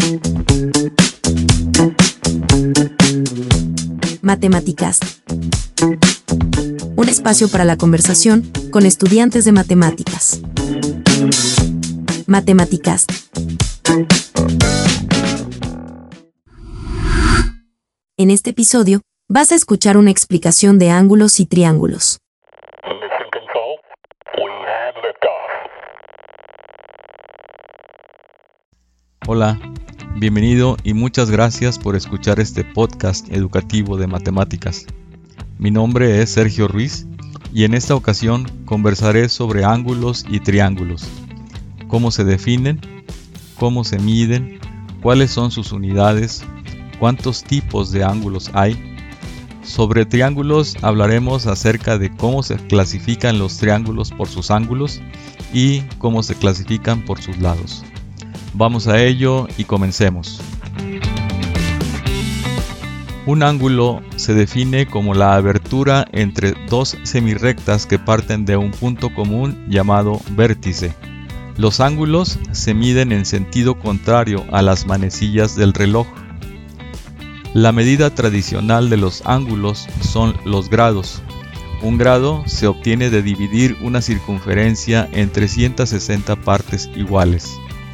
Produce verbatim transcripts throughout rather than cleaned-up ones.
Matemáticas. Un espacio para la conversación con estudiantes de matemáticas. Matemáticas. En este episodio, vas a escuchar una explicación de ángulos y triángulos. Hola, bienvenido y muchas gracias por escuchar este podcast educativo de matemáticas. Mi nombre es Sergio Ruiz y en esta ocasión conversaré sobre ángulos y triángulos, cómo se definen, cómo se miden, cuáles son sus unidades, cuántos tipos de ángulos hay. Sobre triángulos hablaremos acerca de cómo se clasifican los triángulos por sus ángulos y cómo se clasifican por sus lados. Vamos a ello y comencemos. Un ángulo se define como la abertura entre dos semirrectas que parten de un punto común llamado vértice. Los ángulos se miden en sentido contrario a las manecillas del reloj. La medida tradicional de los ángulos son los grados. Un grado se obtiene de dividir una circunferencia en trescientas sesenta partes iguales.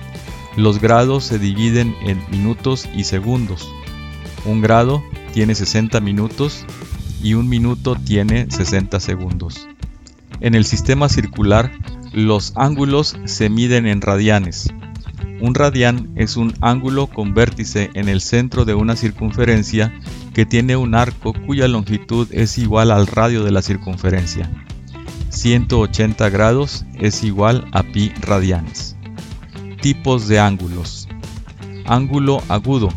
Los grados se dividen en minutos y segundos. Un grado tiene sesenta minutos y un minuto tiene sesenta segundos. En el sistema circular, los ángulos se miden en radianes. Un radián es un ángulo con vértice en el centro de una circunferencia que tiene un arco cuya longitud es igual al radio de la circunferencia. ciento ochenta grados es igual a pi radianes. Tipos de ángulos. Ángulo agudo.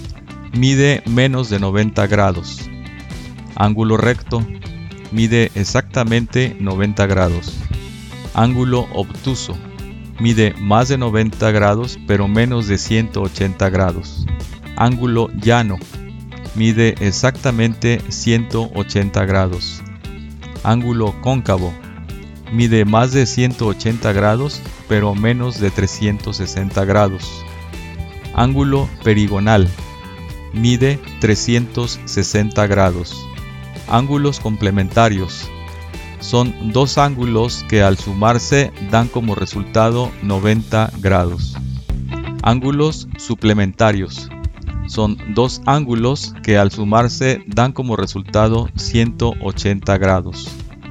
Mide menos de noventa grados. Ángulo recto. Mide exactamente noventa grados. Ángulo obtuso. Mide más de noventa grados pero menos de ciento ochenta grados. Ángulo llano. Mide exactamente ciento ochenta grados. Ángulo cóncavo. Mide más de ciento ochenta grados pero menos de trescientos sesenta grados. Ángulo perigonal. Mide trescientos sesenta grados. Ángulos complementarios. Son dos ángulos que al sumarse dan como resultado noventa grados. Ángulos suplementarios. Son dos ángulos que al sumarse dan como resultado ciento ochenta grados.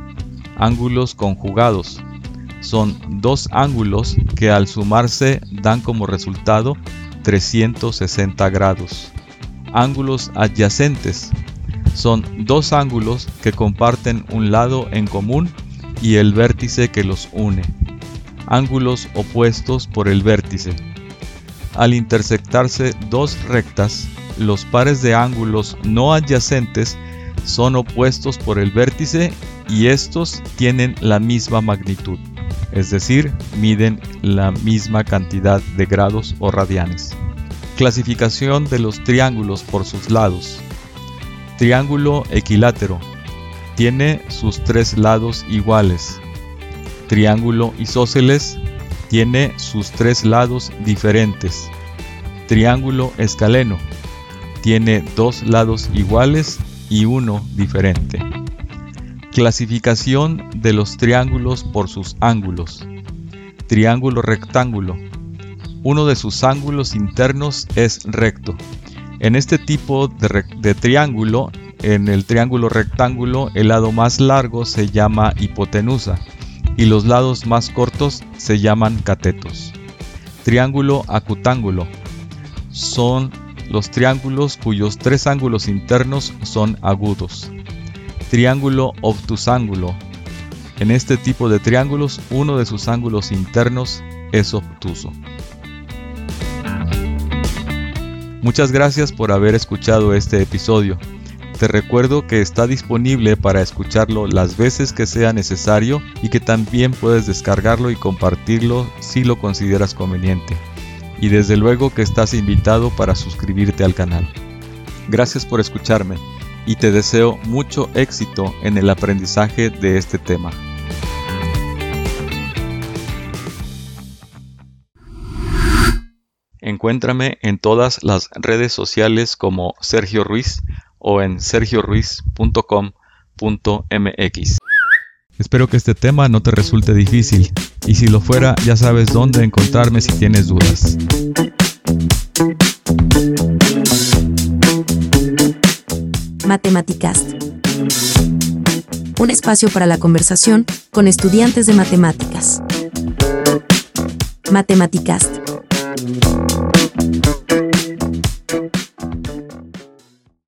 Ángulos conjugados. Son dos ángulos que al sumarse dan como resultado trescientos sesenta grados. Ángulos adyacentes. Son dos ángulos que comparten un lado en común y el vértice que los une. Ángulos opuestos por el vértice. Al intersectarse dos rectas, los pares de ángulos no adyacentes son opuestos por el vértice y estos tienen la misma magnitud, es decir, miden la misma cantidad de grados o radianes. Clasificación de los triángulos por sus lados. Triángulo equilátero. Tiene sus tres lados iguales. Triángulo isósceles. Tiene sus tres lados diferentes. Triángulo escaleno. Tiene dos lados iguales y uno diferente. Clasificación de los triángulos por sus ángulos. Triángulo rectángulo. Uno de sus ángulos internos es recto. En este tipo de, re- de triángulo, en el triángulo rectángulo, el lado más largo se llama hipotenusa y los lados más cortos se llaman catetos. Triángulo acutángulo. Son los triángulos cuyos tres ángulos internos son agudos. Triángulo obtusángulo. En este tipo de triángulos, uno de sus ángulos internos es obtuso. Muchas gracias por haber escuchado este episodio. Te recuerdo que está disponible para escucharlo las veces que sea necesario y que también puedes descargarlo y compartirlo si lo consideras conveniente. Y desde luego que estás invitado para suscribirte al canal. Gracias por escucharme y te deseo mucho éxito en el aprendizaje de este tema. Encuéntrame en todas las redes sociales como Sergio Ruiz o en sergio ruiz punto com punto m x. Espero que este tema no te resulte difícil, y si lo fuera, ya sabes dónde encontrarme si tienes dudas. Matematicast. Un espacio para la conversación con estudiantes de matemáticas. Matematicast.